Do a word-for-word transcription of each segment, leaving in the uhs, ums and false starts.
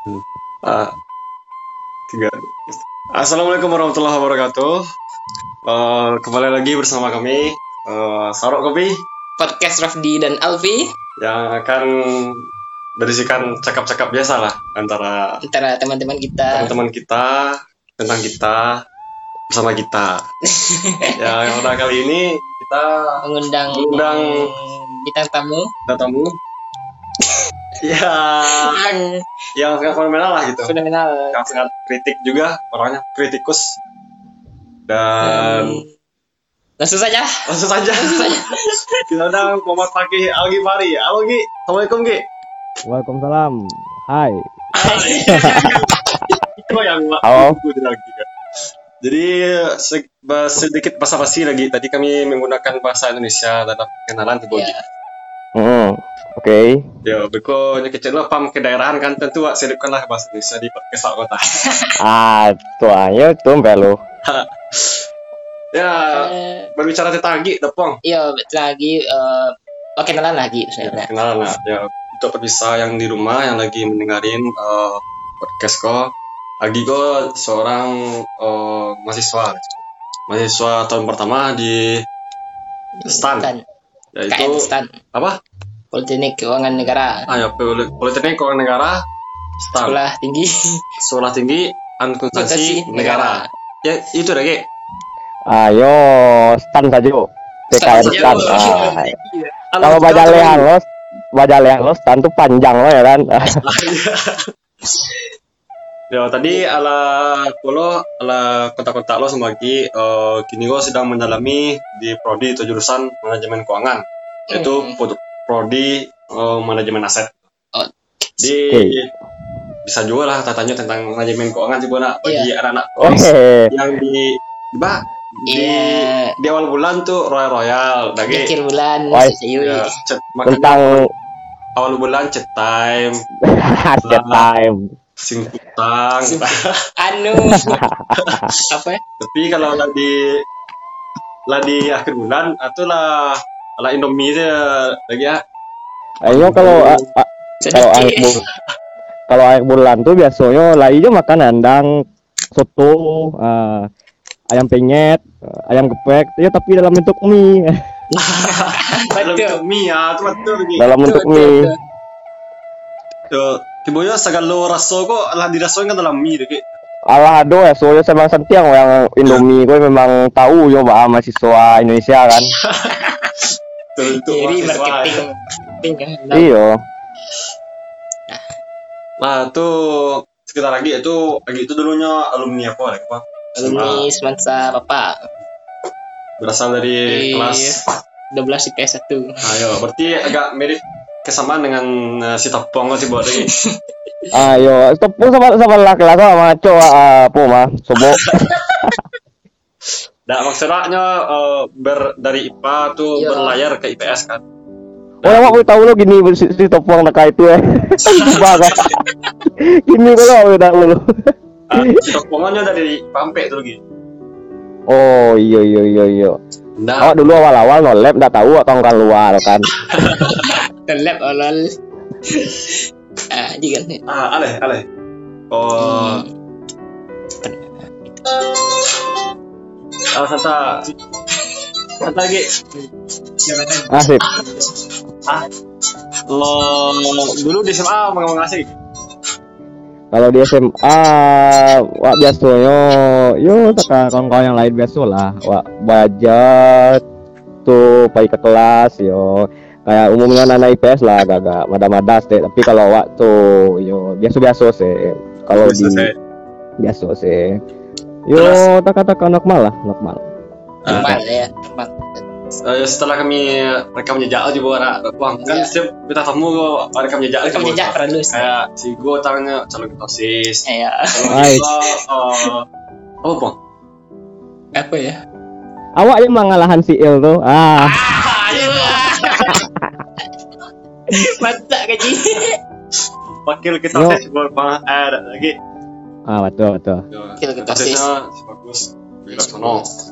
Ah, tiga. Assalamualaikum warahmatullahi wabarakatuh. Eh, kembali lagi bersama kami, eh, Sarok Kopi, Podcast Rafdi dan Alfi yang akan berisikan cakap-cakap biasa lah antara antara teman-teman kita. teman-teman kita tentang kita bersama kita. Ya, yang pada kali ini kita Mengundang Mengundang bintang tamu ada tamu. Ya, yang yang sangat fenomenal lah gitu. fenomenal. Yang sangat kritik juga, orangnya kritikus. Dan Hmm, langsung saja. langsung saja kita undang Muhammad Fakih Al-Ghifari. Halo Gi, assalamualaikum Gi. Waalaikumsalam. Hai. Itu yang Halo. aku lagi kan. Jadi se- ba- sedikit basa-basi lagi. Tadi kami menggunakan bahasa Indonesia dalam kenalan di Bogi. Ya. Hmm. Oke. Ya, beko nyekecek lo pam kedaerahan kan tentu wak selipkanlah bahasa Indonesia di podcast kota. Ah, tuanya tuh belo. Ya, Eh, berbicara tentang Gi, Depong. Iya, betul lagi eh oke kenalan lagi sebenarnya. Kenalan lah. Ya, untuk pemirsa yang di rumah yang lagi mendengarin eh, podcast ko, Agi ko seorang eh, mahasiswa, mahasiswa tahun pertama di Stan, Stan. K N yaitu Stan. apa? Politeknik Keuangan Negara. Ah ya, Poli- Politeknik Keuangan Negara, Stan, Sekolah Tinggi Sekolah Tinggi Akuntansi Akuntansi Negara. Ya, itu dah Gi. Ayo, stand saja. P K N stand. Ah, kalau baca lehan lo, baca lehan lo stand tuh panjang lo ya kan. Ya, tadi ala kulo ala kontak-kontak lo sama Gi, eh, kini gue sedang mendalami di prodi atau jurusan manajemen keuangan, yaitu Hmm. pro- prodi eh, manajemen aset. Oh. Di Oke. bisa juga lah tanya tentang manajemen keuangan juga nak bagi anak-anak Oke. kos yang di bah di Iya. di awal bulan tuh royal royal, lagi Akhir bulan. Wah, Yui. ya, cet, makanya Tentang awal bulan cet time, set time. sing utang. Sing- Anu apa ya? Tapi kalau lah di lah di akhir bulan atau lah lah Indomie aja lagi ya. Ayo kalau a- a- kalau akhir Sedikit. bulan, kalau akhir bulan tuh biasanya lah hijau makan andang, soto, ah, ayam penyet, ah, ayam geprek, ya tapi dalam bentuk mie, Dalam Betul. bentuk mie ya, itu betul lagi. dalam bentuk Betul, mie. betul. Tuh, tibonya segala rasa kok lah dirasain kan dalam mie deh. Ki. Alah aduh ya soalnya saya bang sentiang yang Indomie gue memang tahu yo bah mahasiswa Indonesia kan. Tuh, tuh, Jadi mahasiswa. marketing. marketing kan. Iya. Nah, tuh sekitar lagi itu lagi itu dulunya alumni apa lagi apa? Alumni Semansa Bapak Berasal dari Iya. kelas. dua belas I P S satu. Ayo, berarti agak mirip kesamaan dengan uh, si Topong kan si buat lagi. Ayo, tepung sama sama laki-laki sama cowok apa mah sobo. Nah, maksudnya uh, ber dari I P A tuh Iya. berlayar ke I P S kan. Oh, ya mak tahu lo gini si, si tepung nak itu ya. Baga. Gini kalau udah lu. Ah, si Topongannya dari Pampe tuh lagi. Oh, iya iya iya iya. Nah, Awak dulu awal-awal no lab enggak tahu atau kan luar kan. Lab olol. Ah, juga nih. ah, aleh, aleh. Oh, ah, Santa. Santa lagi. Asik. Ah, lo dulu di S M A mau ngasih. Kalau di S M A, wak biasanya, yo tak kawan-kawan yang lain biasa lah, wak belajar tuh pergi ke kelas, yo kayak umumnya anak I P S lah, agak mada-mada sih. Tapi kalau wak tuh, yo biasa-biasa sih. Kalau di biasa sih, yo tak kata normal lah, normal. Normal ya. Normal. Eh, setelah kami rekam jejak juga nak bang kan Iya. setiap kita temu go rekam jejak Rekam jejak perlu. kayak si go tanya calon ketua OSIS Ya. kalau Hai. kita eh, apa bang Apa ya? Awak yang mengalahan si Il tuh, ah, Mantap gaji. wakil kita Yo. OSIS buat bang eh ada lagi ah betul betul. Wakil ketua OSIS. OSISnya si bagus Wilaksono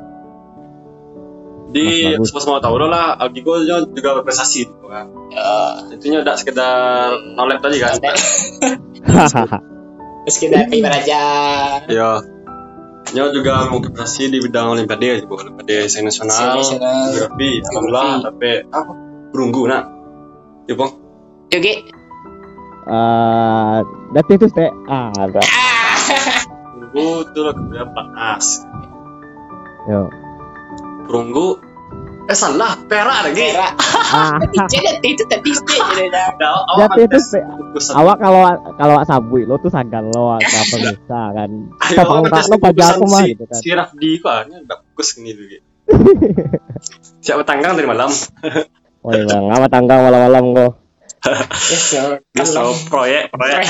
di Mas bagus. semua semua tahu lah Algigo juga berprestasi gitu kan Ya. tentunya tidak sekedar knowledge tadi kan Sekedar pribadi aja. Ya, nyo juga mau prestasi di bidang olimpiade juga olimpiade sains nasional, Sains nasional. geografi, alhamdulillah tapi apa perunggu nak, ya bang. Oke. Ah, dati itu teh ah ada. Perunggu itu lah kemudian pelatnas. Yo. Perunggu, eh salah, perak lagi. Perak. Ah, Jadi itu tadi sih jadi dah. dati itu teh awak kalau kalau awak sabui lo tuh sagan lo apa bisa kan. Sapang tak lo pajak aku mah gitu kan. Si Rafdi kok hanya udah fokus gini dulu. Siapa tanggang dari malam? Woi bang, apa tanggang malam-malam kok. Yes sir. Bisa proyek proyek.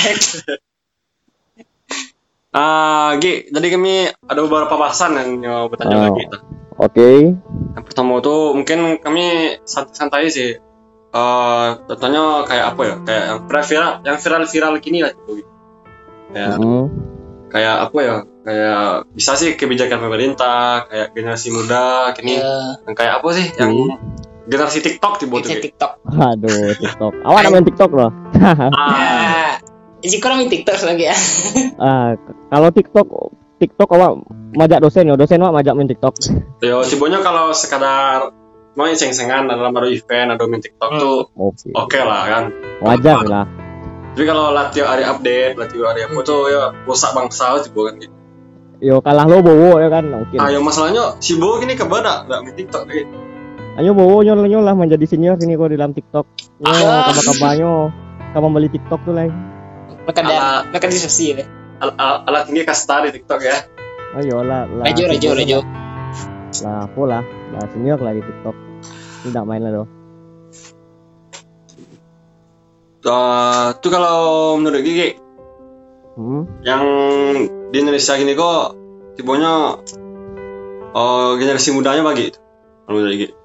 Ah, Gi, jadi kami ada beberapa bahasan yang mau bertanya Oh. lagi. Oke. Yang pertama tuh mungkin kami santai sih. Eh, contohnya kayak apa ya? Kayak yang viral, yang viral-viral gini lah. Gitu. Kayak, Hmm. kayak apa ya? Kayak bisa sih kebijakan pemerintah, kayak generasi muda, kini Ya, yang kayak apa sih? Yang generasi TikTok tiba itu tuh. TikTok. Aduh, TikTok. Awak nak main TikTok loh. Ah, Nah, isi kurang main TikTok lagi ya. Ah, kalau TikTok TikTok awak majak dosen ya, dosen awak majak main TikTok. yo tibonya kalau sekadar mau iseng-isengan dalam ada event atau main TikTok Hmm. tuh Oke. oke lah kan. Wajar lah. Tapi kalau latih hari update, latih hari apa tuh ya rusak bangsa tiba kan gitu. Yo kalah lo bowo ya kan mungkin. Ah, yang masalahnya si Bo gini kebada nggak main TikTok lagi. Ayo bowo nyol nyol lah menjadi senior sini kok di dalam TikTok. Yo Ah. kabar kabarnya kamu beli TikTok tuh lah. Maka Ala- dan maka di sosial. Al- al- alat ini kasta di TikTok ya. Ayo lah lah. Rejo rejo rejo. Lah aku lah. Lah senior lah di TikTok. Tidak main lah doh. Uh, tuh kalau menurut Gigi Hmm. yang di Indonesia gini kok tibonya uh, generasi mudanya bagi itu. Kalau menurut Gigi.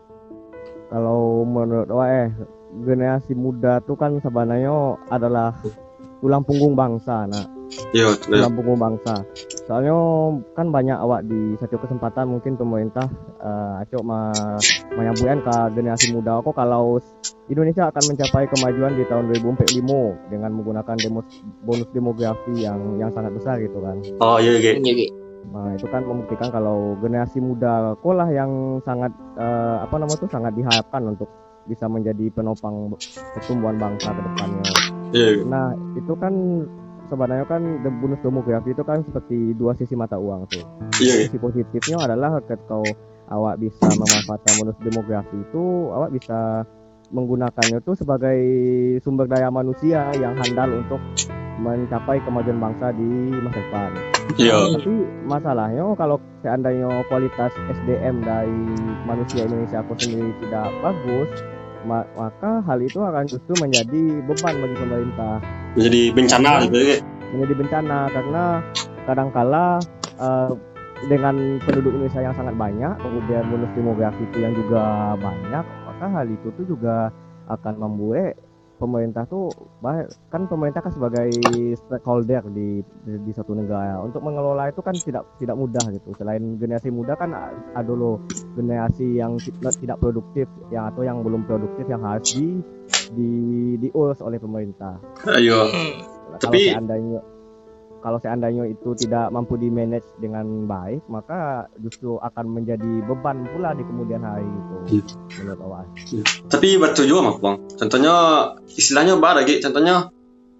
Kalau menurut awak eh generasi muda tuh kan sebenarnya adalah tulang punggung bangsa. Nah, Yo, tuh. tulang punggung bangsa. Soalnya kan banyak awak di satu kesempatan mungkin pemerintah uh, acok ma menyambutkan ke generasi muda kok kalau Indonesia akan mencapai kemajuan di tahun dua ribu empat puluh lima dengan menggunakan demos, bonus demografi yang yang sangat besar gitu kan. Oh iya Gigi. Jadi Nah, itu kan membuktikan kalau generasi muda kok lah yang sangat eh, apa namanya tuh sangat diharapkan untuk bisa menjadi penopang pertumbuhan bangsa ke depannya. Iya. Nah, itu kan sebenarnya kan de- bonus demografi itu kan seperti dua sisi mata uang tuh. Iya. Sisi positifnya adalah ketika awak bisa memanfaatkan bonus demografi itu, awak bisa menggunakannya tuh sebagai sumber daya manusia yang handal untuk mencapai kemajuan bangsa di masa depan. Iya. Tapi masalahnya kalau seandainya kualitas S D M dari manusia Indonesia aku sendiri tidak bagus, ma- maka hal itu akan justru menjadi beban bagi pemerintah, Menjadi bencana gitu Gigi. menjadi bencana karena kadangkala eh, dengan penduduk Indonesia yang sangat banyak, kemudian bonus demografi itu yang juga banyak, maka hal itu tuh juga akan membuat pemerintah tuh bah- kan pemerintah kan sebagai stakeholder di, di di satu negara untuk mengelola itu kan tidak tidak mudah gitu. Selain generasi muda kan a- ada loh generasi yang tidak tidak produktif yang atau yang belum produktif yang harus di di diurus oleh pemerintah. Ayo. Nah, Tapi- kalau seandainya kalau seandainya itu tidak mampu di manage dengan baik, maka justru akan menjadi beban pula di kemudian hari itu. Menurut awak. Tapi betul juga mak bang. Contohnya istilahnya bar lagi. Contohnya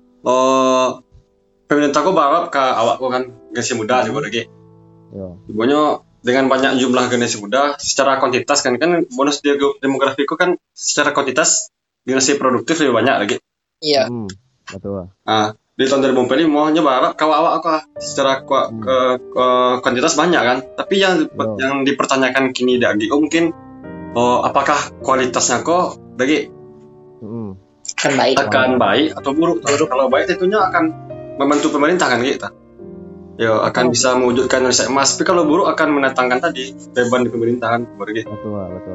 eh pemerintah kok berharap ke awak kok kan generasi muda juga lagi. Yo. Ibunya dengan banyak jumlah generasi muda secara kuantitas kan kan bonus dia- demografi itu kan secara kuantitas generasi produktif lebih banyak lagi. iya. Hmm, betul. Ah, di tahun dua ribu empat puluh lima hanya berharap kalau awak apa secara ku, Hmm. ke, ke kuantitas banyak kan. Tapi yang Yo. yang dipertanyakan kini lagi oh mungkin oh, apakah kualitasnya kok lagi Hmm. Kan baik. akan baik atau buruk? Kalau baik tentunya akan membantu pemerintah kan kita. Ya akan Oh. bisa mewujudkan Indonesia emas. Tapi kalau buruk akan mendatangkan tadi beban di pemerintahan begitu. Betul, betul.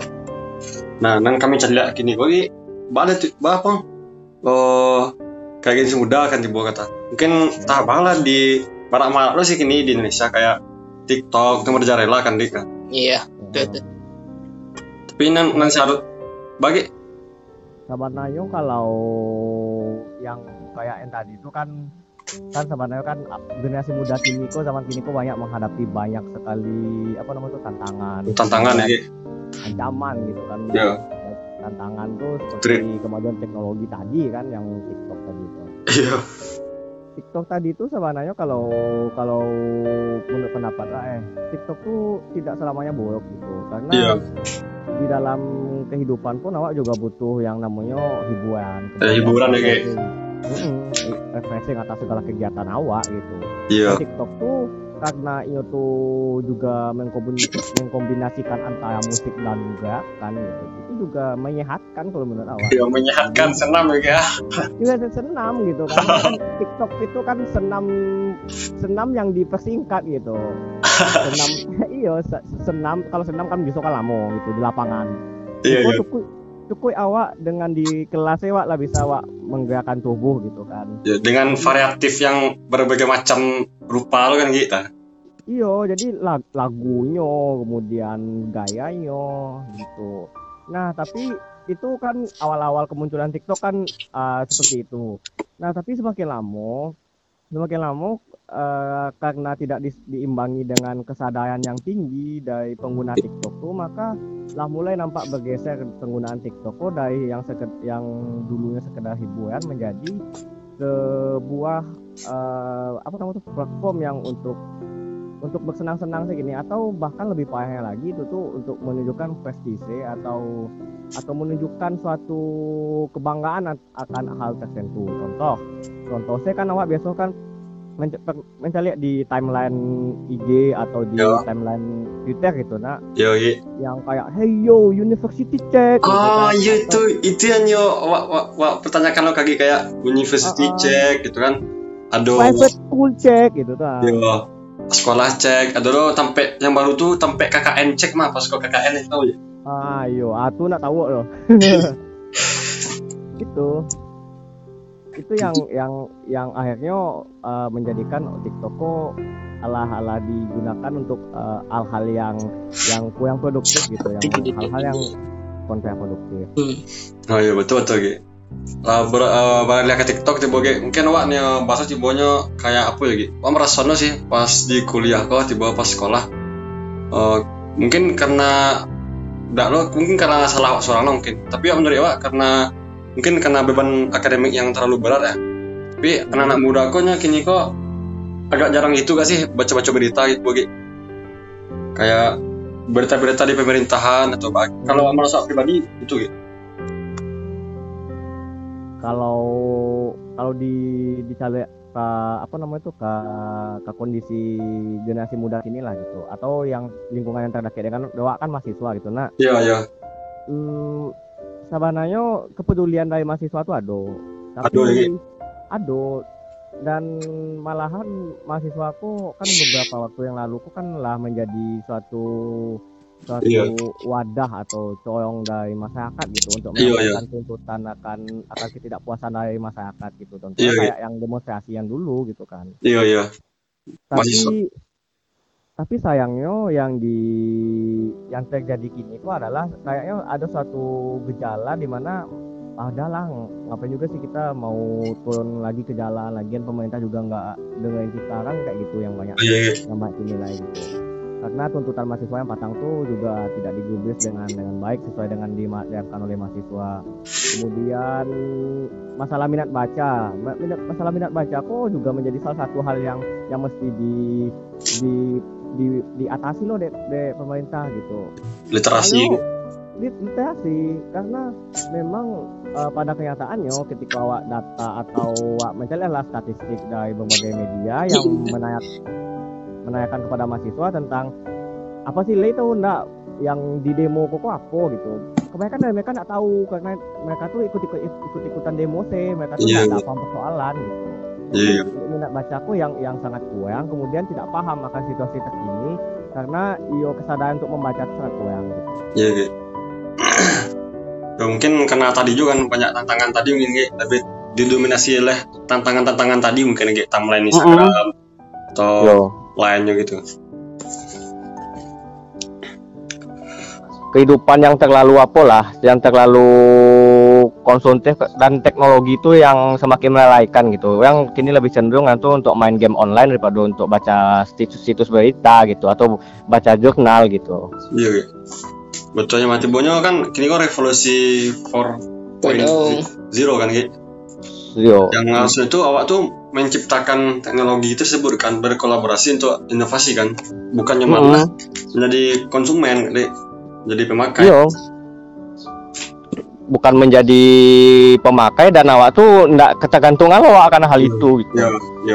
Nah, nang kami cari lihat kini bagi balik tu bapa oh kayak gini muda kan dibawa kata. Mungkin tak bala di marak-marak lo sih kini di Indonesia kayak TikTok nomor jarela kan dik kan. Iya. Ya. Betul. Tapi nang nang syarat bagi Sebenarnya kalau yang kayak yang tadi itu kan kan sebenarnya kan generasi muda kini kok zaman kini kok banyak menghadapi banyak sekali apa namanya tuh tantangan Tantangan ya. ancaman gitu kan. Iya. Tantangan tuh seperti kemajuan teknologi tadi kan yang TikTok tadi itu. Iya. TikTok tadi itu sebenarnya kalau kalau menurut pendapat saya, eh TikTok tuh tidak selamanya buruk gitu karena Iya. di dalam kehidupan pun awak juga butuh yang namanya hiburan. Eh, hiburan ya, Ge. Mm-mm, refreshing atas segala kegiatan awak gitu. Iya. Nah, TikTok tuh karena itu tuh juga mengkombin- mengkombinasikan antara musik dan juga kan gitu. Itu juga menyehatkan kalau menurut awak. Iya, menyehatkan, senam ya. Juga senam gitu kan. Kan TikTok itu kan senam senam yang dipersingkat gitu. Senam iya se- senam kalau senam kan besok kan lama gitu di lapangan. Iya, Oh, iya. cukup cukup awak dengan di kelas awak lah bisa awak menggerakkan tubuh gitu kan. Ya, dengan variatif yang berbagai macam rupa lo kan gitu. Iya, jadi lag- lagunya, kemudian gayanya gitu. Nah, tapi itu kan awal-awal kemunculan TikTok kan uh, seperti itu. Nah, tapi semakin lama, semakin lama uh, karena tidak di- diimbangi dengan kesadaran yang tinggi dari pengguna TikTok tuh, maka lah mulai nampak bergeser penggunaan TikTok tuh dari yang seked- yang dulunya sekedar hiburan menjadi sebuah uh, apa namanya tuh platform yang untuk untuk bersenang-senang sih gini atau bahkan lebih parahnya lagi itu tuh untuk menunjukkan prestise atau atau menunjukkan suatu kebanggaan at- akan hal tertentu. Contoh, contoh saya kan awak biasa kan men- per- mencari di timeline I G atau di Yo. timeline Twitter gitu, nah Yo, iya. yang kayak hey yo university check gitu Oh kan. iya Atau- itu itu yang yo wak wak wak pertanyakan lo kaki kayak university Uh-uh. check gitu kan. Aduh. private school check gitu kan. Yo. Sekolah cek, aduh lo tampe yang baru tuh tampe K K N cek mah pas kok K K N itu tahu ya. Ah, yo, aku nak tahu loh. Itu itu yang yang yang akhirnya uh, menjadikan TikTok kok ala-ala digunakan untuk uh, hal-hal yang yang kurang produktif gitu, yang hal-hal yang kontraproduktif. Oh iya betul betul gitu. Uh, ber, uh, balik ke TikTok tiba ge mungkin awak nih uh, bahasa tibonya kayak apa ya gitu. Wah merasono sih pas di kuliah kok tiba pas sekolah. Uh, mungkin karena enggak lo mungkin karena salah seorang lo mungkin. Tapi ya menurut awak karena mungkin karena beban akademik yang terlalu berat ya. Tapi anak-anak muda kok kini kok agak jarang gitu gak sih baca-baca berita gitu gitu. Kayak berita-berita di pemerintahan atau apa. Kalau merasa pribadi itu gitu. Kalau kalau di dicari ke apa namanya itu ke ke kondisi generasi muda sini lah gitu, atau yang lingkungan yang terdekat dengan doa kan mahasiswa gitu. Nah, Iya iya. hmm, sebenarnya kepedulian dari mahasiswa itu ada, tapi Ado lagi. ado dan malahan mahasiswaku kan beberapa waktu yang lalu ku kan lah menjadi suatu suatu Iya. wadah atau corong dari masyarakat gitu untuk Iya, menyampaikan tuntutan akan akan ketidakpuasan dari masyarakat gitu, contohnya Iya, iya. kayak yang demonstrasi yang dulu gitu kan. Iya iya. Tapi Mahasiswa. tapi sayangnya yang di yang terjadi kini itu adalah kayaknya ada suatu gejala di mana adalah ngapain juga sih kita mau turun lagi ke jalan, lagian pemerintah juga nggak dengerin kita kan, kayak gitu yang banyak Iya iya. yang banyak dinilai gitu. Karena tuntutan mahasiswa yang patang tuh juga tidak digubris dengan dengan baik sesuai dengan dilakukan oleh mahasiswa. Kemudian masalah minat baca, Ma- minat, masalah minat baca kok juga menjadi salah satu hal yang yang mesti di di di diatasi loh deh de pemerintah gitu. Literasi. Lalu, lit- literasi karena memang uh, pada kenyataannya ketika awak data atau awak mencari lah statistik dari berbagai media yang menayak menanyakan kepada mahasiswa tentang apa sih le itu enggak yang di demo kok apa gitu. Kebanyakan dari mereka nggak tahu karena mereka tuh ikut ikut ikut ikutan demo sih, mereka tuh Iya. nggak ada paham persoalan gitu. Iya. Minat bacaku yang yang sangat kurang, kemudian tidak paham akan situasi terkini karena iyo kesadaran untuk membaca itu sangat kurang gitu. Iya iya. Ya, mungkin karena tadi juga kan banyak tantangan tadi mungkin Ge, tapi didominasi oleh tantangan-tantangan tadi mungkin kayak timeline Instagram atau Yo. lainnya gitu. Kehidupan yang terlalu apa lah, yang terlalu konsumtif dan teknologi itu yang semakin melalaikan gitu. Yang kini lebih cenderung itu untuk main game online daripada untuk baca situs-situs berita gitu atau baca jurnal gitu. Iya, iya. Betulnya mati bonyo kan kini kok revolusi empat titik nol kan gitu. Yo. Yang harusnya itu awak tuh menciptakan teknologi tersebut kan, berkolaborasi untuk inovasi kan, bukannya malah Mm-hmm. menjadi konsumen, deh. Jadi pemakai. Yo. Bukan menjadi pemakai dan awak tuh ndak ketergantungan awak akan hal itu gitu. Ya, ya.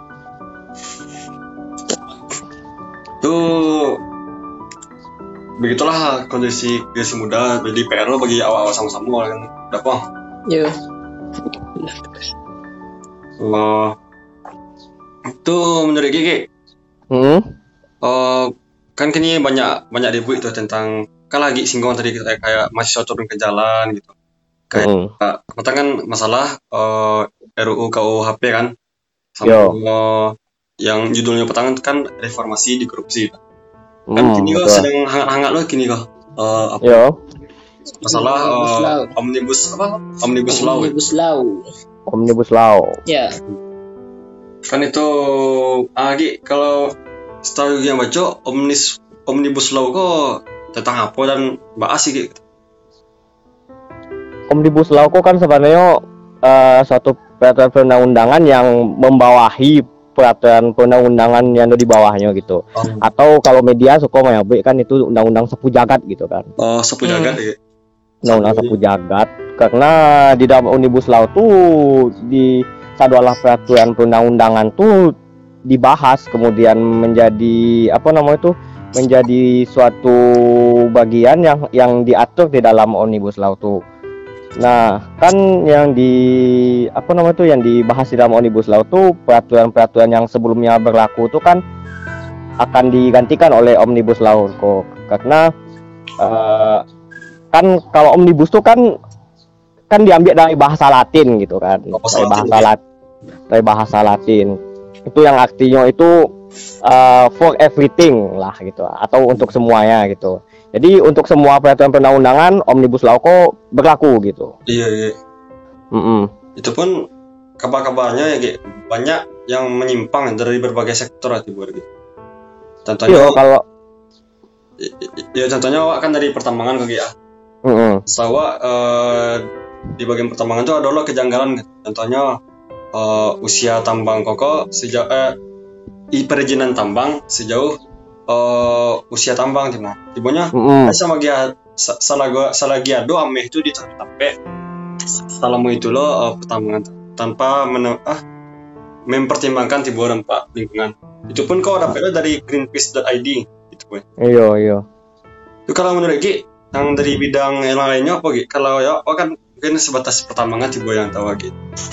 Tuh begitulah kondisi generasi muda, jadi P R bagi awak-awak sama-sama kan, dapat. Yo. Uh, itu menurut Gigi, Hmm? uh, kan kini banyak banyak ribut itu tentang kan lagi singgung tadi kayak, kayak mahasiswa turun ke jalan gitu. Kayak Hmm. uh, kemarin kan masalah uh, R U U K U H P kan, sama Yo. uh, yang judulnya pertama kan reformasi di korupsi. Kan Hmm, kini kok betul. sedang hangat-hangat loh kini kok uh, apa Yo. masalah Omnibus uh, Law. omnibus apa omnibus law itu. Omnibus Law. Omnibus Law. Ya. Kan itu Agi kalau setahu yang baca omnis omnibus law kok tentang apa dan bahas sih gitu. Omnibus Law kok kan sebenarnya eh, suatu peraturan perundang-undangan yang membawahi peraturan perundang-undangan yang ada di bawahnya gitu. Oh, Atau kalau media suka menyebut kan itu undang-undang sapu jagat gitu kan. oh sapu jagat ya. Undang-undang sapu jagat karena di dalam Omnibus Law tuh di sadalah peraturan perundang-undangan tuh dibahas kemudian menjadi apa namanya itu menjadi suatu bagian yang yang diatur di dalam Omnibus Law tuh. Nah, kan yang di apa namanya itu yang dibahas di dalam Omnibus Law tuh peraturan-peraturan yang sebelumnya berlaku tuh kan akan digantikan oleh Omnibus Law kok. Karena eh, kan kalau Omnibus tuh kan kan diambil dari bahasa Latin gitu kan. Oh, bahasa Dari Latin, bahasa ya. Latin. Dari bahasa Latin. Itu yang artinya itu eh, for everything lah gitu atau untuk semuanya gitu. Jadi untuk semua peraturan perundang-undangan Omnibus Law kok berlaku gitu. Iya, iya. Mm-mm. Itu pun kabar-kabarnya ya Gi, banyak yang menyimpang dari berbagai sektor lah Tibur gitu. Contohnya Iya kalau i- i- ya contohnya awak kan dari pertambangan ke Gi ya. mm-mm. Sawah eh, di bagian pertambangan itu adalah kejanggalan gitu. Contohnya eh, usia tambang koko sejauh eh, i perizinan tambang sejauh eh, usia tambang cina. Tibonya Mm-mm. sama dia sa- salah gua salah dia do ameh itu sampai salamu itu loh eh, pertambangan tanpa men- ah, mempertimbangkan tiba dampak lingkungan. Itu pun kau dapetnya dari greenpeace dot I D gitu gue. Iya iya. Itu kalau menurut Gi yang dari bidang yang lainnya apa Gi? Kalau ya oh kan mungkin sebatas pertambangan tiba yang tahu Gi.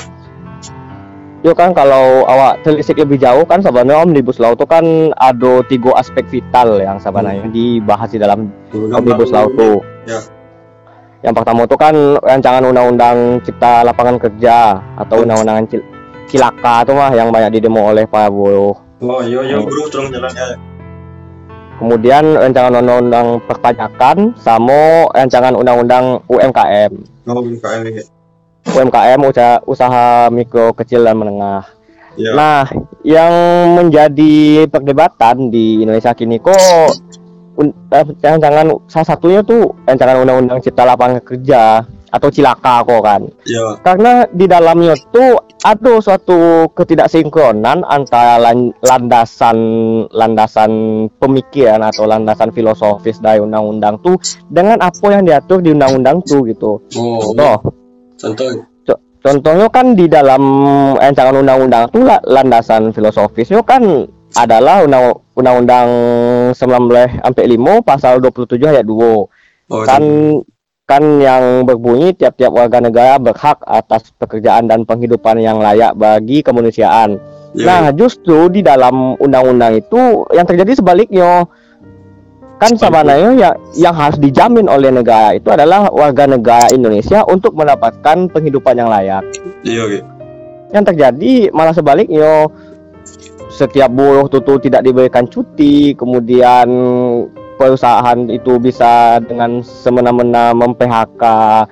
Yo kan kalau awak telisik lebih jauh kan sebenarnya Omnibus Law itu kan ada tiga aspek vital yang sebenarnya dibahas di dalam Omnibus Law itu. Ya. Yang pertama itu kan rancangan undang-undang cipta lapangan kerja atau undang-undang cil- cilaka itu mah yang banyak didemo oleh para buruh. Oh iya iya bro turun jalan ya. Kemudian rancangan undang-undang perpajakan sama rancangan undang-undang U M K M. Oh B K M Gi. U M K M usaha, usaha mikro kecil dan menengah. Ya. Nah, yang menjadi perdebatan di Indonesia kini kok un- eh, rancangan salah satunya tuh rancangan undang-undang cipta lapangan kerja atau cilaka kok kan. Ya. Karena di dalamnya tuh ada suatu ketidaksinkronan antara lan- landasan landasan pemikiran atau landasan filosofis dari undang-undang tuh dengan apa yang diatur di undang-undang tuh gitu. Oh. Contoh, Contoh. Co- contohnya kan di dalam rancangan undang-undang itu la- landasan filosofisnya kan adalah undang- undang-undang sembilan belas sampai lima pasal dua puluh tujuh ayat dua. Oh, Kan kan yang berbunyi tiap-tiap warga negara berhak atas pekerjaan dan penghidupan yang layak bagi kemanusiaan. ya. Nah, justru di dalam undang-undang itu yang terjadi sebaliknya. Kan sebenarnya ya, yang harus dijamin oleh negara itu adalah warga negara Indonesia untuk mendapatkan penghidupan yang layak. Iya Gi. Yang terjadi malah sebaliknya, setiap buruh tuh tidak diberikan cuti, kemudian perusahaan itu bisa dengan semena-mena mem-P H K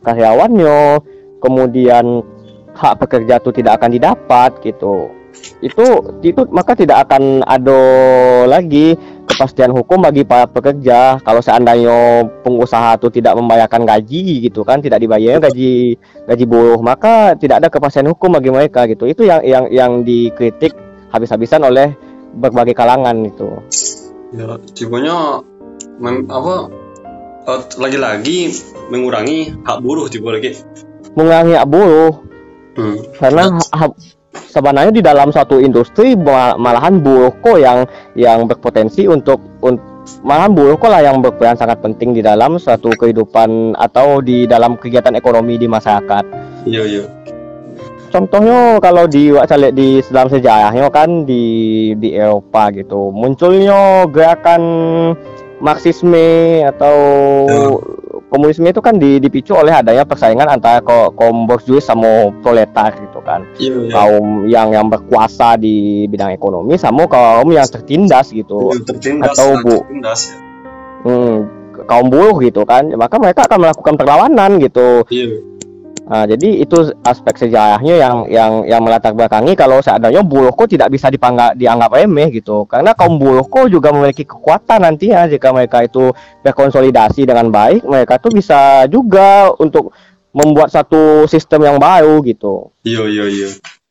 karyawannya, kemudian hak pekerja itu tidak akan didapat gitu. Itu itu maka tidak akan ada lagi kepastian hukum bagi para pekerja. Kalau seandainya pengusaha itu tidak membayarkan gaji gitu kan, tidak dibayar gaji gaji buruh, maka tidak ada kepastian hukum bagi mereka gitu. Itu yang yang yang dikritik habis-habisan oleh berbagai kalangan itu. Ya, tipenya mem, apa eh, lagi-lagi mengurangi hak buruh tiba lagi. Mengurangi hak buruh. Hmm. Karena ha- ha- sebenarnya di dalam suatu industri ma- malahan buruh kok yang yang berpotensi untuk un- malahan buruh kok lah yang berperan sangat penting di dalam suatu kehidupan atau di dalam kegiatan ekonomi di masyarakat. Iya iya. Contohnya kalau di Wak di dalam sejarahnya kan di di Eropa gitu munculnya gerakan Marxisme atau komunisme itu kan di- dipicu oleh adanya persaingan antara ko- kaum borjuis sama proletar gitu kan. Iya iya. Kaum yang yang berkuasa di bidang ekonomi sama kaum yang tertindas gitu. Yang tertindas, Atau sangat bu tertindas ya. hmm, kaum buruh gitu kan. Maka mereka akan melakukan perlawanan gitu. Iya. Nah, jadi itu aspek sejarahnya yang yang yang melatar belakangi kalau seandainya buruh kok tidak bisa dipangga, dianggap remeh gitu. Karena kaum buruh kok juga memiliki kekuatan nantinya jika mereka itu berkonsolidasi dengan baik, mereka tuh bisa juga untuk membuat satu sistem yang baru gitu. Iya iya iya.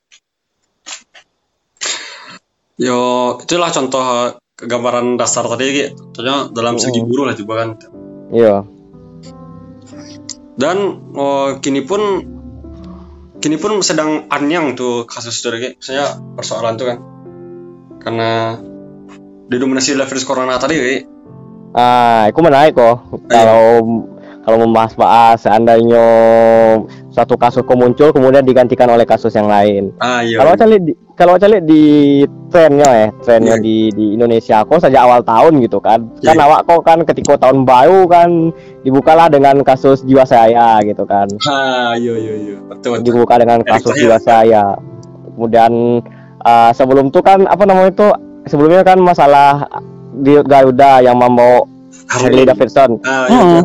Yo, itulah contoh gambaran dasar tadi gitu. Contohnya dalam segi Mm. buruh lah juga kan. Iya. Dan oh, kini pun kini pun sedang anyang tuh kasus dari misalnya persoalan tuh kan. Karena didominasi oleh virus corona tadi Ki. Ah, itu menarik kok. Kalau kalau membahas-bahas seandainya satu kasus kok muncul kemudian digantikan oleh kasus yang lain. Ah iya. Kalau saya lihat di, kalau saya lihat di trennya ya, trennya Iya. di di Indonesia kok sejak awal tahun gitu kan. Kan Iya. awak kok kan ketika tahun baru kan dibukalah dengan kasus Jiwasraya gitu kan. Ah iya iya iya. Betul betul. Dibuka dengan Erick kasus Thohir. Jiwasraya. Kemudian uh, sebelum itu kan apa namanya itu sebelumnya kan masalah di Garuda yang membawa Harley Davidson. Ah iya. Hmm. iya.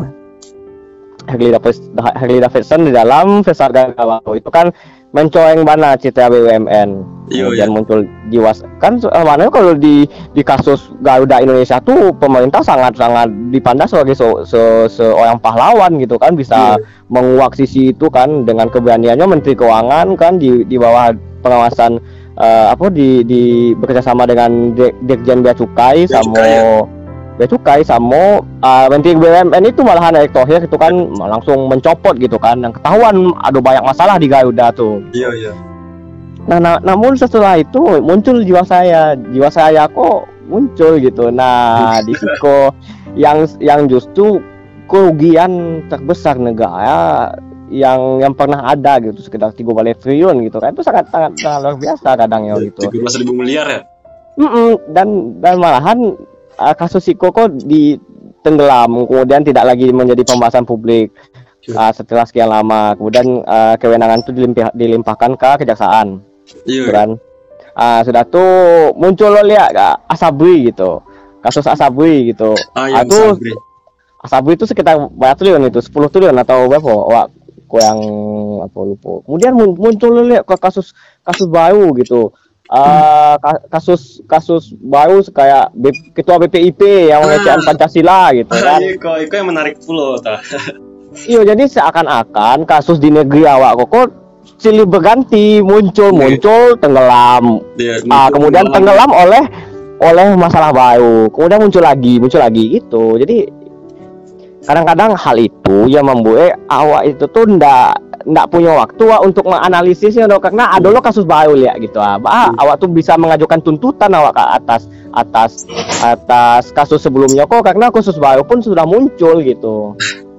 Harley Davidson, Harley Davidson di dalam festival Garuda itu kan mencoreng mana citra B U M N. Iya, Kemudian iya. muncul jiwas kan mana kalau di di kasus Garuda Indonesia tuh pemerintah sangat sangat dipandang sebagai se, se- seorang pahlawan gitu kan bisa Iya. menguak sisi itu kan dengan keberaniannya Menteri Keuangan kan di di bawah pengawasan eh, apa di di bekerjasama dengan Dek- Dirjen Bea Cukai Bea sama Cukai, ya. Bea Cukai sama eh, Menteri B U M N itu malahan Erick Thohir itu kan langsung mencopot gitu kan yang ketahuan ada banyak masalah di Garuda tuh. Iya iya. Nah, na- namun setelah itu muncul Jiwasraya, Jiwasraya kok muncul gitu. Nah, di situ kok yang yang justru kerugian terbesar negara yang yang pernah ada gitu sekitar tiga belas triliun gitu kan itu sangat sangat, sangat luar biasa kadangnya gitu. tiga belas ribu miliar ya. Mm-mm, dan dan malahan uh, kasus Siko kok ditenggelam kemudian tidak lagi menjadi pembahasan publik uh, setelah sekian lama kemudian uh, kewenangan itu dilimpah, dilimpahkan ke kejaksaan. Iya. Kan ah sudah tuh muncul lo lihat Asabri gitu kasus Asabri gitu. Ah yang Itu Sabri. Asabri itu sekitar berapa triliun itu sepuluh triliun atau berapa wak kok yang apa lupa kemudian mun- muncul lo lihat ke kasus kasus baru gitu. Ah, ka- kasus kasus baru kayak B- ketua B P I P yang mengecewakan Pancasila gitu Ah kan. iya kok itu yang menarik pula ta. Iya jadi seakan-akan kasus di negeri awak kok silih berganti muncul muncul tenggelam. Dia Ah, kemudian tenggelam oleh oleh masalah baru, kemudian muncul lagi, muncul lagi gitu. Jadi kadang-kadang hal itu yang membuat awak itu tuh ndak ndak punya waktu ah, untuk menganalisisnya dong karena ada lo kasus baru ya gitu ah. Bah, awak tuh bisa mengajukan tuntutan awak ke atas atas atas kasus sebelumnya kok karena kasus baru pun sudah muncul gitu.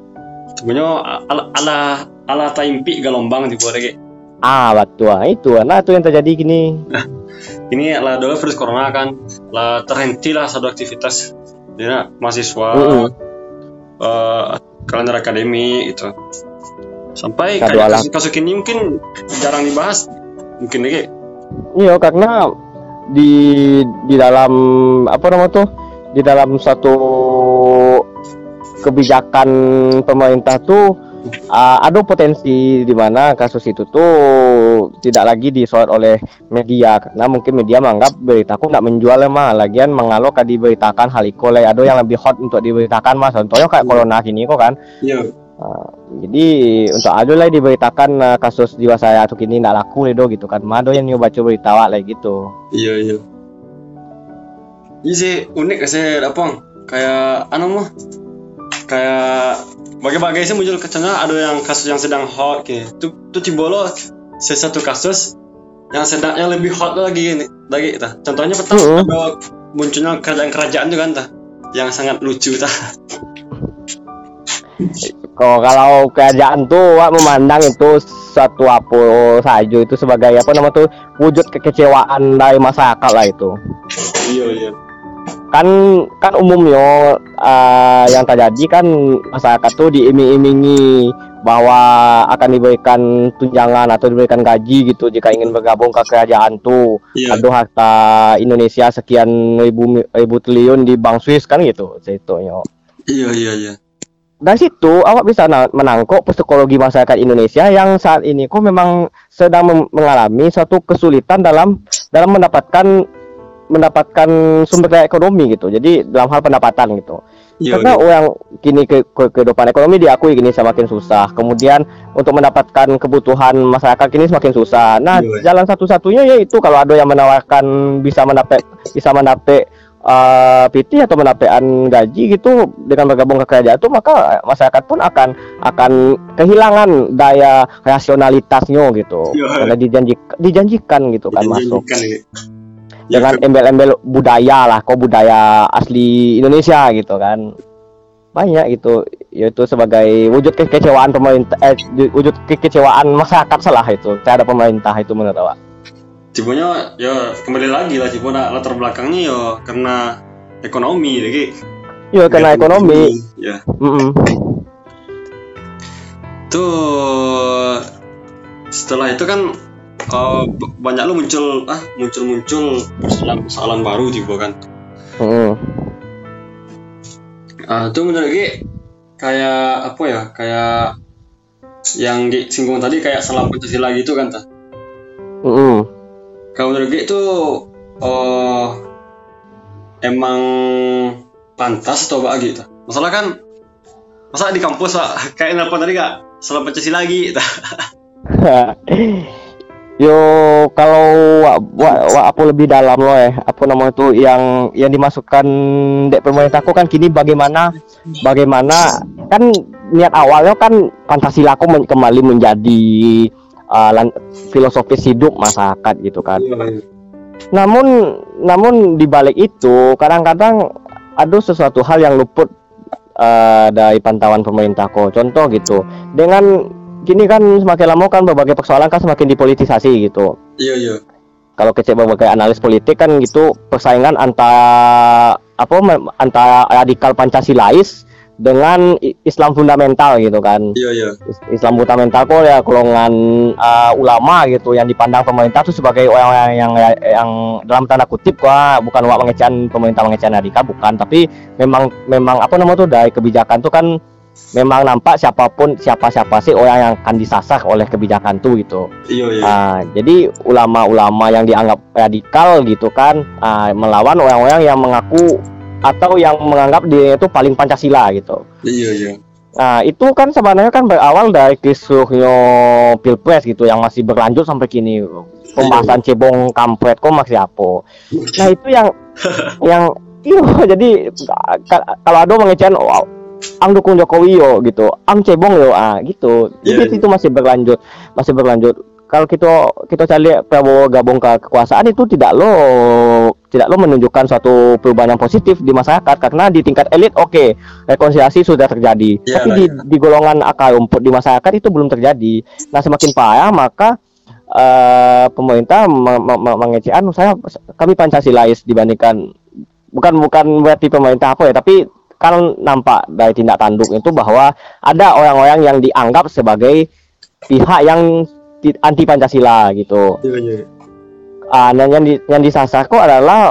sebenarnya ala ala ala taimpi gelombang di bawah lagi. Ah, betul. Ah, itu nah itu yang terjadi gini. Ini lah dulu virus corona kan lah terhenti lah satu aktivitas dia mahasiswa Mm-mm. eh, kalender akademi itu sampai Satu kayak alam. kasus, kasus ini mungkin jarang dibahas mungkin lagi. Iya karena di di dalam apa namanya tuh di dalam satu kebijakan pemerintah tuh uh, ada potensi di mana kasus itu tuh tidak lagi disorot oleh media karena mungkin media menganggap beritaku nggak menjual mah lagian mengalok kan diberitakan hal itu lah ada yang lebih hot untuk diberitakan mas contohnya kayak corona gini kok kan. Iya. Uh, jadi untuk ada lah diberitakan uh, kasus jiwasraya tuh kini nggak laku itu gitu kan ada yang nyoba baca berita lah gitu. Iya iya. Iya sih unik sih apa kayak anu mah kayak bagai-bagai sih muncul kecana ada yang kasus yang sedang hot kayak tuh tuh cibolo sesuatu kasus yang sedang yang lebih hot lagi ini lagi tah contohnya pertama uh-uh. ada munculnya kerajaan-kerajaan juga kan tah yang sangat lucu tah. Kok kalau kerajaan tuh wak memandang itu suatu apa saja itu sebagai apa nama tuh wujud kekecewaan dari masyarakat lah itu. Iya iya. Kan kan umumnya uh, yang terjadi kan masyarakat tuh diiming-imingi bahwa akan diberikan tunjangan atau diberikan gaji gitu jika ingin bergabung ke kerajaan tuh. Iya. Aduh harta Indonesia sekian ribu ribu triliun di Bank Swiss kan gitu ceritanya. Iya iya iya. Dari situ awak bisa menangkap psikologi masyarakat Indonesia yang saat ini kok memang sedang mengalami suatu kesulitan dalam dalam mendapatkan mendapatkan sumber daya ekonomi gitu. Jadi dalam hal pendapatan gitu. Iya, Karena iya. orang kini ke, ke kehidupan ekonomi diakui kini semakin susah. Kemudian untuk mendapatkan kebutuhan masyarakat kini semakin susah. Nah, Iya. jalan satu-satunya yaitu kalau ada yang menawarkan bisa mendapat bisa mendapat uh, P T atau pendapatan gaji gitu dengan bergabung ke kerajaan itu maka masyarakat pun akan akan kehilangan daya rasionalitasnya gitu. Iya. Karena dijanji, dijanjikan gitu kan masuk Dijanjikan, ya. dengan Ya, embel-embel budaya lah, kok budaya asli Indonesia gitu kan. Banyak gitu, yaitu sebagai wujud kekecewaan pemerintah, eh, wujud kekecewaan masyarakat salah itu terhadap pemerintah itu menurut awak. Cibanya ya kembali lagi lah Cibona latar belakangnya ya karena ekonomi jadi Iya karena ekonomi. ya Mm-mm. tuh setelah itu kan uh, b- banyak lo muncul ah muncul muncul persoalan persoalan baru juga kan Mm-mm. ah itu menurut Gi kayak apa ya kayak yang Gi singgung tadi kayak salam Pancasila gitu kan ta Mm-mm. kalau menurut Gi itu oh emang pantas atau apa gitu masalah kan masa di kampus Pak kayak apa tadi kak salam Pancasila lagi ta Yo kalau wak, wak, wak apa lebih dalam loh eh apa namanya itu yang yang dimasukkan dek pemerintahku kan kini bagaimana bagaimana kan niat awalnya kan Pancasila aku men- kembali menjadi uh, lan- filosofis hidup masyarakat gitu kan. Namun namun di balik itu kadang-kadang ada sesuatu hal yang luput uh, dari pantauan pemerintahku. Contoh gitu dengan gini kan semakin lama kan berbagai persoalan kan semakin dipolitisasi gitu. iya iya Kalau kecek berbagai analis politik kan gitu persaingan antara apa me- antara radikal Pancasilais dengan i- Islam fundamental gitu kan. iya iya Is- Islam fundamental kok ya golongan uh, ulama gitu yang dipandang pemerintah tuh sebagai orang-orang yang yang dalam tanda kutip gua bukan wak mengecam pemerintah mengecam radikal bukan tapi memang memang apa namanya tuh dari kebijakan tuh kan memang nampak siapapun siapa-siapa sih orang yang akan disasar oleh kebijakan tuh gitu. iya iya Ah, jadi ulama-ulama yang dianggap radikal gitu kan ah, melawan orang-orang yang mengaku atau yang menganggap dirinya itu paling Pancasila gitu. iya iya Nah, itu kan sebenarnya kan berawal dari kisruhnya Pilpres gitu yang masih berlanjut sampai kini. Pembahasan cebong kampret kok masih apa. Nah, itu yang yang iyo jadi ka- kalau ada mengecen wow, ang dukung Jokowi yo gitu. Ang cebong yo ah gitu. Jadi Iya, itu masih berlanjut, masih berlanjut. Kalau kita kita cari Prabowo gabung ke kekuasaan itu tidak lo tidak lo menunjukkan suatu perubahan yang positif di masyarakat karena di tingkat elit oke rekonsiliasi sudah terjadi Iya, tapi di, di golongan akar rumput di masyarakat itu belum terjadi. Nah semakin parah maka eh, pemerintah me- me- me- mengecekan saya kami Pancasilais dibandingkan bukan bukan berarti pemerintah apa ya tapi kan nampak dari tindak tanduk itu bahwa ada orang-orang yang dianggap sebagai pihak yang ti- anti Pancasila gitu. iya iya Ah, dan yang di, yang disasar kok adalah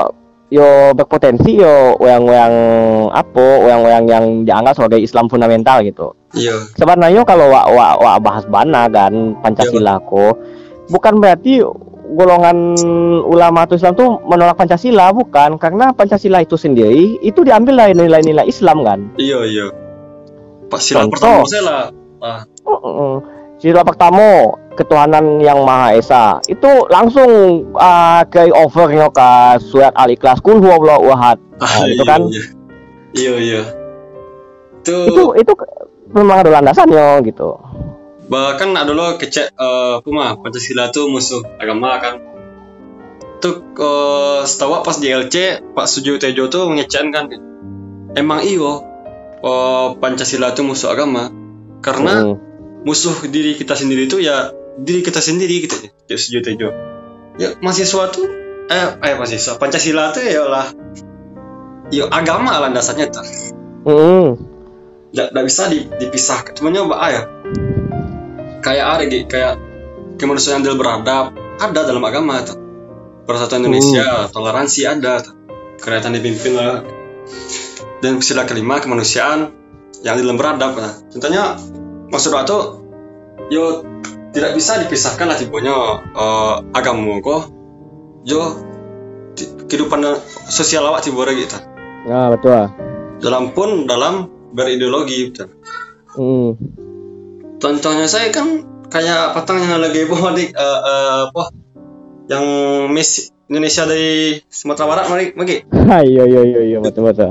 yo berpotensi yo yang-yang apa, yang-yang yang dianggap sebagai Islam fundamental gitu. Iya. Sebenarnya kalau wak wak wak bahas bana kan Pancasila ko bukan berarti golongan ulama atau Islam tuh menolak Pancasila, bukan, karena Pancasila itu sendiri itu diambil dari nilai-nilai Islam kan. Iya iya. Pak sila Contoh. pertama saya lah. Ah, Uh-uh. Sila pertama ketuhanan yang Maha Esa itu langsung uh, carry overnya ke surat Al-Ikhlas kul huwallahu ahad. Nah, ah, itu iya, kan Iya iya. iya. Itu, itu itu memang ada landasannya gitu. bahkan ada lo kecek eh Puma Pancasila tuh musuh agama kan. Tuh eh, setahu pas di L C Pak Sujo Tejo tuh ngecen kan. Emang iyo eh, Pancasila tuh musuh agama karena Mm. musuh diri kita sendiri itu ya diri kita sendiri gitu ya. Ya Sujo Tejo. Ya mahasiswa tuh eh eh mahasiswa Pancasila tuh ya lah. Ya agama lah dasarnya tuh. Mm. Nggak nggak bisa dipisahkan. Cuma nyoba ya. Kayak ada gitu, kayak kemanusiaan adil beradab ada dalam agama tuh. Persatuan Indonesia, hmm. toleransi ada tuh. Kerakyatan dipimpin lah. Dan sila kelima kemanusiaan yang adil dan beradab. Nah, contohnya maksud itu yo tidak bisa dipisahkan lah tibonya uh, agama kok. Yo kehidupan sosial awak tibore gitu. Ya betul. Dalam pun dalam berideologi gitu. Hmm. Contohnya saya kan kayak patang yang lagi bawa di uh, uh, apa yang Miss Indonesia dari Sumatera Barat mari magi. Iya iya iya iya betul betul.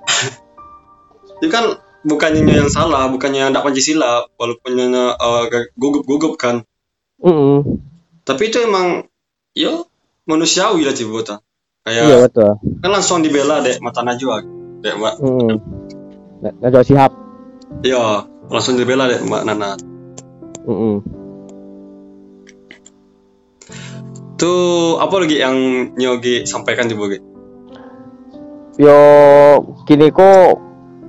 Itu kan bukannya yang salah, bukannya yang tidak Pancasila, walaupun uh, gugup-gugup kan. Mm-mm. Tapi itu emang yo manusiawi lah cibuta. Kayak iya betul. Kan langsung dibela dek mata Najwa, dek Mbak. Mm. Najwa Shihab. Iya, langsung dibela dek Mbak Nana. Mm-mm. Tuh apa lagi yang Nyogi sampaikan di Bogi? Yo kini kok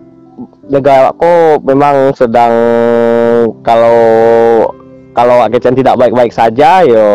negara kok memang sedang kalau kalau Akecen tidak baik-baik saja yo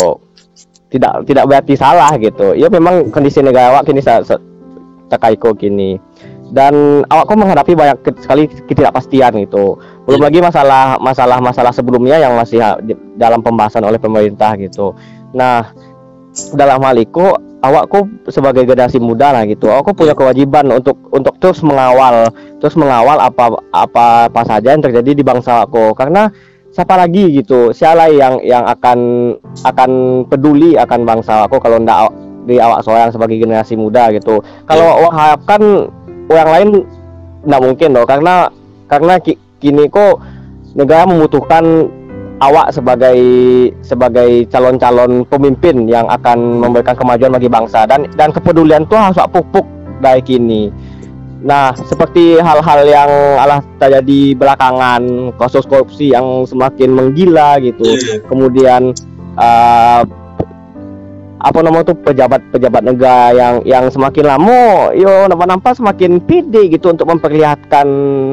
tidak tidak berarti salah gitu. Ya memang kondisi negara awak kini takaiko kini dan awak kok menghadapi banyak sekali ketidakpastian gitu. Belum lagi masalah masalah masalah sebelumnya yang masih dalam pembahasan oleh pemerintah gitu. Nah, dalam hal itu awak kok sebagai generasi muda lah gitu. Aku punya kewajiban untuk untuk terus mengawal terus mengawal apa apa apa saja yang terjadi di bangsa aku. Karena siapa lagi gitu, siapa yang yang akan akan peduli akan bangsa aku kalau ndak di awak seorang sebagai generasi muda gitu. Kalau yeah. awak harapkan orang lain ndak mungkin loh, karena karena ki, kini kok negara membutuhkan awak sebagai sebagai calon-calon pemimpin yang akan memberikan kemajuan bagi bangsa, dan dan kepedulian tuh harus pupuk dari kini. Nah, seperti hal-hal yang alah terjadi belakangan, kasus korupsi yang semakin menggila gitu. Kemudian uh, apa namanya tuh pejabat-pejabat negara yang yang semakin lama yo nampak-nampak semakin pede gitu untuk memperlihatkan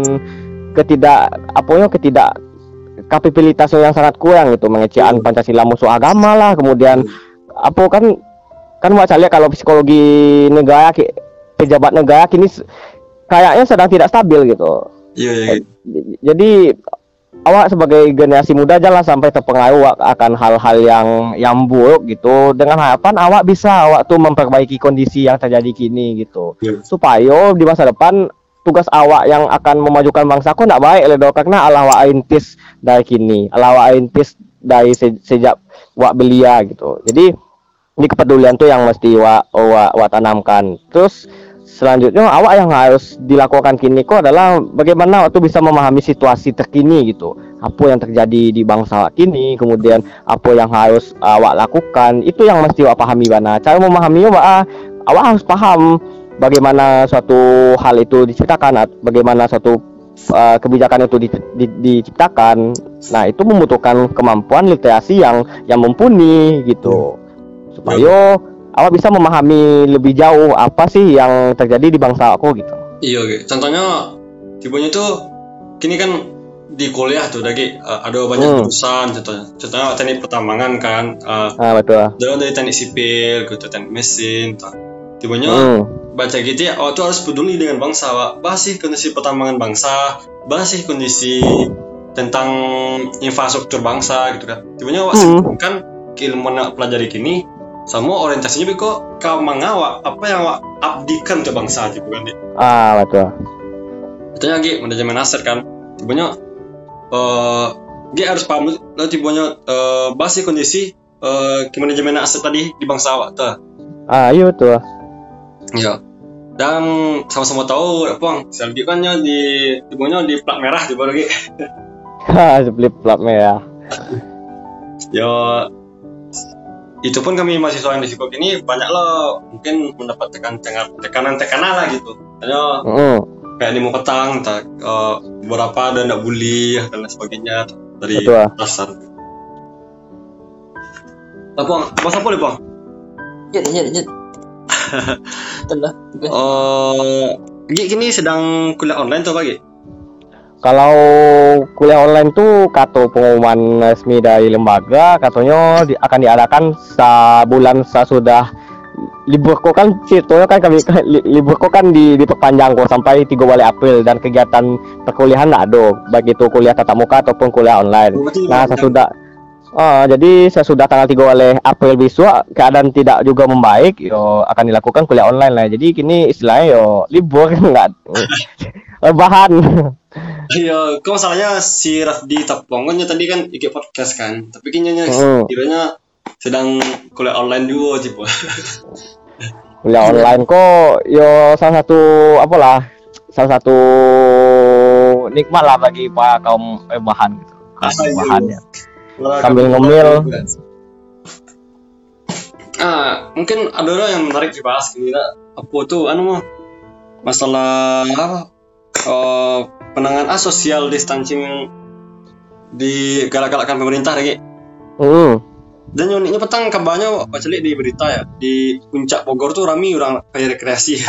ketidak apa ya ketidak kapabilitas yang sangat kurang itu, mengecilkan hmm. Pancasila musuh agama lah. Kemudian apa kan kan baca lihat kalau psikologi negara pejabat negara kini kayaknya sedang tidak stabil gitu. Iya, iya. Jadi awak sebagai generasi muda jangan sampai terpengaruh akan hal-hal yang yang buruk gitu, dengan harapan awak bisa awak tuh memperbaiki kondisi yang terjadi kini gitu. Yeah. Supaya di masa depan tugas awak yang akan memajukan bangsa kok ndak baik ledo, karena Allah wa intis dari kini, Allah wa intis dari se, sejak wak belia gitu. Jadi ini kepedulian tuh yang mesti wak wak, wak tanamkan. Terus selanjutnya awak yang harus dilakukan kini kok adalah bagaimana waktu bisa memahami situasi terkini gitu, apa yang terjadi di bangsa kini, kemudian apa yang harus awak lakukan, itu yang mesti awak pahami bana. Cara memahaminya awak, awak harus paham bagaimana suatu hal itu diciptakan, bagaimana suatu uh, kebijakan itu di, di, diciptakan. Nah, itu membutuhkan kemampuan literasi yang yang mumpuni gitu, supaya awak bisa memahami lebih jauh apa sih yang terjadi di bangsa aku gitu. Iya, oke. Contohnya tipenya tuh kini kan di kuliah tuh lagi uh, ada banyak hmm. jurusan, contohnya. Contohnya teknik pertambangan kan. Uh, ah betul. Dari teknik sipil, gitu, teknik mesin. Tuh. Tibanya Hmm. baca gitu ya, oh tuh harus peduli dengan bangsa, Wak. Bahas sih kondisi pertambangan bangsa, bahas sih kondisi tentang infrastruktur bangsa gitu kan. Tibanya Wak Hmm. simpulkan keilmuan yang pelajari kini sama orientasinya kok kau mengawak apa yang Wak abdikan ke bangsa gitu kan. Ah, betul. Katanya G manajemen aset kan. Tibanya eh G harus paham lah tibanya eh bahas sih kondisi eh manajemen aset tadi di bangsa Wak tuh. Ah, iya betul. Iya. Dan sama-sama tahu, Bang, selfie kan ya di tibanya di plat merah di baru G. Ha, split plat merah. Ya itu pun kami mahasiswa yang di Sikok ini banyak loh mungkin mendapat tekan tekanan-tekanan lah gitu. Hanya Heeh. kayak di mau petang, tak, eh, beberapa ada ndak bully dan lain sebagainya dari Betul. atasan. Apa, bahasa apa nih, Bang? Lanjut, lanjut, lanjut. Telah. Eh, Gi kini sedang kuliah online tuh pagi. Kalau kuliah online tuh kata pengumuman resmi dari lembaga katanya di, akan diadakan sebulan sesudah libur kok kan ceritanya kan kami li, libur kok kan di, diperpanjang kok sampai tiga belas April dan kegiatan perkuliahan nggak ada baik itu kuliah tatap muka ataupun kuliah online. Berarti Nah banyak. sesudah oh, jadi sesudah tanggal tiga belas April besok keadaan tidak juga membaik yo akan dilakukan kuliah online lah. Jadi kini istilahnya yo libur nggak bahan. Iya, kok masalahnya si Rafdi Tapongonnya tadi kan ikut podcast kan, tapi kayaknya Hmm. kiranya sedang kuliah online juga tipo. Kuliah online kok yo salah satu apalah salah satu nikmat lah bagi para kaum eh, bahan gitu. Ah, iya. Bahannya. Wah, Sambil kami- ngemil. Ah, mungkin ada orang yang menarik dibahas gini lah. Apa tuh anu mah masalah apa? Eh, penanganan ah, social distancing digalak-galakkan pemerintah lagi. Hmm. Dan uniknya petang kabarnya baca lihat di berita ya di puncak Bogor tuh rame orang kayak rekreasi.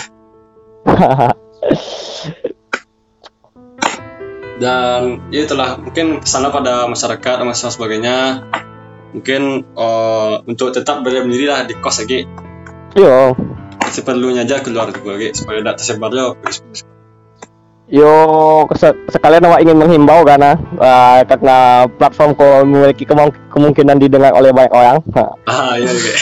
Dan ya itulah mungkin pesan pada masyarakat dan masyarakat sebagainya mungkin eh, untuk tetap berdiri lah di kos lagi Yo, seperlunya aja keluar juga lagi supaya tidak tersebarnya virus. yo kes- sekalian awak ingin menghimbau karena uh, karena platform kok memiliki kemung- kemungkinan didengar oleh banyak orang. Ah iya oke.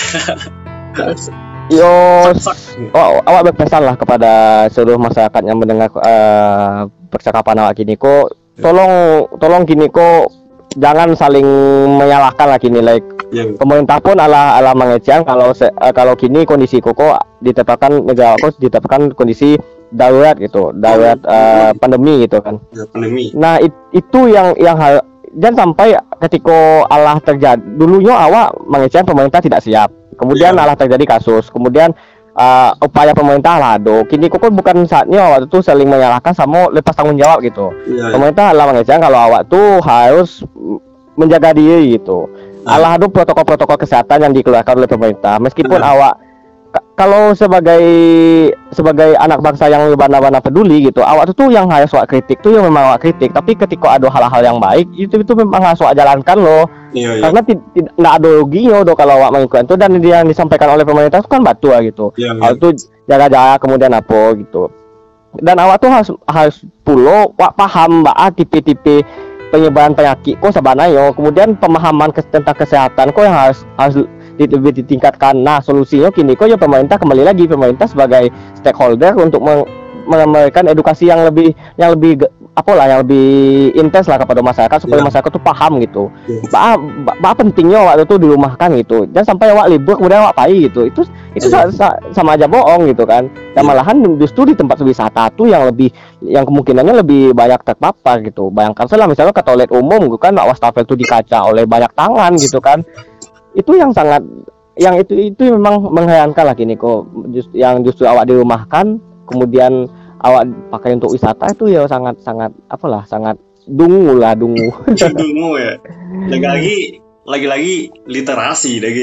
Yo, Sak. awak, awak berpesan lah kepada seluruh masyarakat yang mendengar uh, percakapan awak kini kok tolong tolong kini kok jangan saling menyalahkan lah kini like Iya. pemerintah pun ala ala mengecam kalau se, uh, kalau kini kondisi koko ditetapkan negara kok ditetapkan kondisi darurat gitu darurat uh, pandemi gitu kan. Ya, pandemi. Nah it, itu yang yang hal dan sampai ketika Allah terjadi dulunya awak mengecam pemerintah tidak siap kemudian Iya. Allah terjadi kasus kemudian uh, upaya pemerintah lah do kini kok bukan saatnya waktu itu saling menyalahkan sama lepas tanggung jawab gitu. Iya. Pemerintah Allah mengecam kalau awak tuh harus menjaga diri gitu. Ah. Allah ada protokol-protokol kesehatan yang dikeluarkan oleh pemerintah meskipun Benar. awak ka- kalau sebagai sebagai anak bangsa yang benar-benar peduli gitu awak tuh, tuh yang harus awak kritik tuh yang memang awak kritik tapi ketika ada hal-hal yang baik itu itu memang harus awak jalankan loh Iya iya. karena tidak ada ruginya do kalau awak mengikuti itu dan yang disampaikan oleh pemerintah itu kan batu lah gitu Iya. awak tuh jaga jarak kemudian apa gitu dan awak tuh harus harus pulo awak paham mbak tipe-tipe penyebaran penyakit kok sebenarnya kemudian pemahaman kes- tentang kesehatan kok yang harus harus di- lebih ditingkatkan. Nah solusinya kini kok ya pemerintah kembali lagi pemerintah sebagai stakeholder untuk meng- memberikan edukasi yang lebih yang lebih ge- apa lah yang lebih intens lah kepada masyarakat supaya Ya. masyarakat tuh paham gitu. Ya. Bah, bah, bah pentingnya waktu itu dirumahkan gitu. Jangan sampai awak libur kemudian awak pai gitu. Itu itu Ya. sa- sa- sama aja bohong gitu kan. Dan Ya. malahan justru di tempat wisata tuh yang lebih yang kemungkinannya lebih banyak terpapar gitu. Bayangkan saja misalnya ke toilet umum gitu kan wastafel itu dikaca oleh banyak tangan gitu kan. Itu yang sangat yang itu itu memang mengherankan lah kini kok just, yang justru awak dirumahkan kemudian awak pakai untuk wisata itu ya sangat sangat apalah sangat dungu lah dungu. Dungu ya. Lagi-lagi lagi-lagi literasi lagi.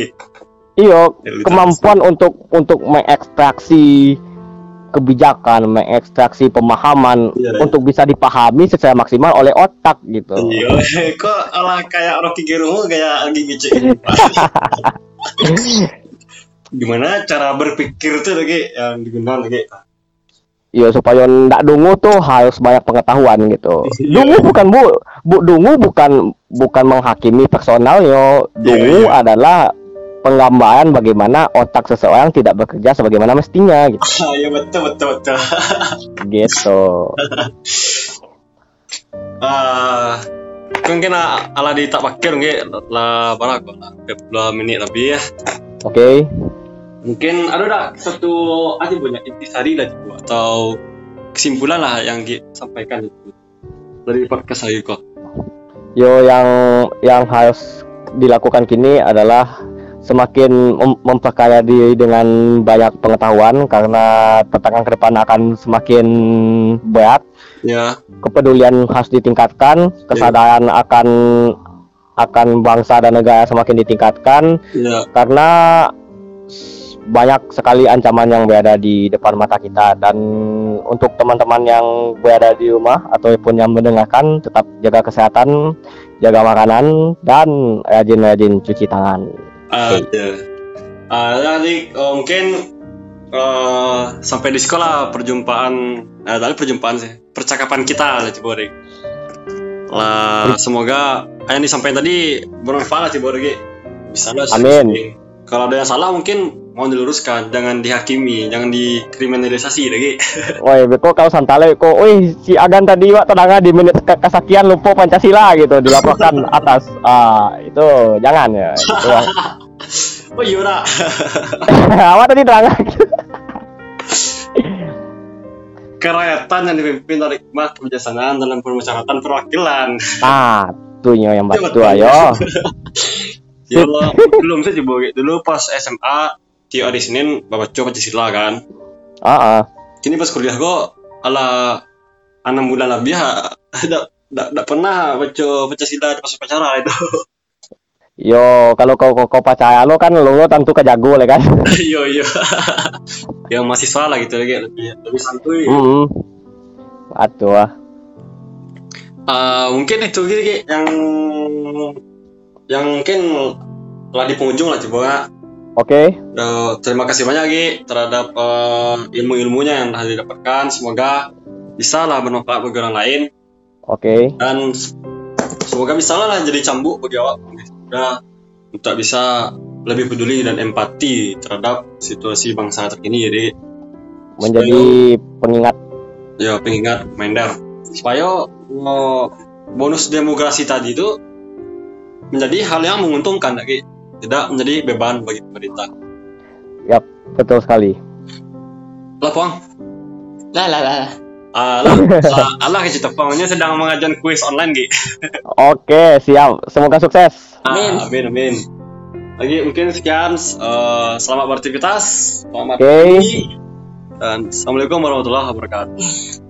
Iyo Ya, literasi. kemampuan untuk untuk mengekstraksi kebijakan, mengekstraksi pemahaman Iya, iya. untuk bisa dipahami secara maksimal oleh otak gitu. Iya, kok ala kayak Rocky Gerung kayak lagi ngecek. gimana cara berpikir tuh lagi yang digunakan lagi. Iya, supaya ndak dungu tuh harus banyak pengetahuan gitu. Iya. Dungu bukan bu, bu dungu bukan bukan menghakimi personal yo. Dungu Iya, iya. adalah penggambaran bagaimana otak seseorang tidak bekerja sebagaimana mestinya gitu. Ah, iya betul betul betul. Gitu. Ah, mungkin ah, ala di tak pakai nggak lah berapa lah dua menit lebih ya. Oke. Mungkin ada dah satu aja banyak intisari lah gitu, atau kesimpulan lah yang Gi sampaikan itu dari podcast lagi kok. Yo, yang yang harus dilakukan kini adalah semakin mem- memperkaya diri dengan banyak pengetahuan karena tantangan ke depan akan semakin berat. Ya, Kepedulian harus ditingkatkan, kesadaran akan akan bangsa dan negara semakin ditingkatkan ya, karena banyak sekali ancaman yang berada di depan mata kita. Dan untuk teman-teman yang berada di rumah ataupun yang mendengarkan, tetap jaga kesehatan, jaga makanan, dan rajin-rajin cuci tangan. ada. Ah, jadi eh, mungkin eh, sampai di sekolah perjumpaan, eh, tadi perjumpaan sih, percakapan kita lah Cibore. Lah, semoga yang disampaikan tadi bermanfaat lah Cibore. Bisa lah. Amin. Kalau ada yang salah mungkin mau diluruskan, jangan dihakimi, jangan dikriminalisasi lagi. Woi, beko kau santale kok, woi si Agan tadi wak tenangnya di menit ke- kesekian lupa Pancasila gitu dilaporkan atas. Ah, itu jangan ya. Itu. Oh iya ora. Apa tadi terang? Kerakyatan yang dipimpin oleh hikmah kebijaksanaan dalam permusyawaratan perwakilan. Nah, tuhnya yang Itu batu betul. ayo. Ya Allah, belum sih coba dulu pas S M A tiap hari Senin baca Pancasila kan. Ah, ah. Kini pas kuliah kok ala enam bulan lebih ya tidak tidak pernah baca Pancasila pas upacara itu. Yo, kalau kau kau, kau percaya lo kan lo tentu kejago lah kan. Iya iya. Yang mahasiswa lah gitu lagi lebih lebih santuy. Hmm. Atuh ah. Ah, mungkin itu gitu Ki, yang yang mungkin telah di penghujung lah coba. Oke. Uh, terima kasih banyak Ki terhadap uh, ilmu-ilmunya yang telah didapatkan. Semoga bisa lah bermanfaat bagi orang lain Oke. dan semoga bisa lah jadi cambuk bagi awak semoga untuk bisa lebih peduli dan empati terhadap situasi bangsa terkini. Jadi Menjadi pengingat. ya pengingat reminder supaya uh, bonus demokrasi tadi itu menjadi hal yang menguntungkan lagi, tidak menjadi beban bagi pemerintah. Yap, betul sekali. Lah Puang, Lah lah lah. ah lah, lah, Allah ke Cita Puang ini sedang mengajukan kuis online Ki. Oke, siap. Semoga sukses. Amin. Ah, amin amin. Lagi mungkin sekian, uh, selamat beraktivitas, selamat Oke. pagi, dan assalamualaikum warahmatullahi wabarakatuh.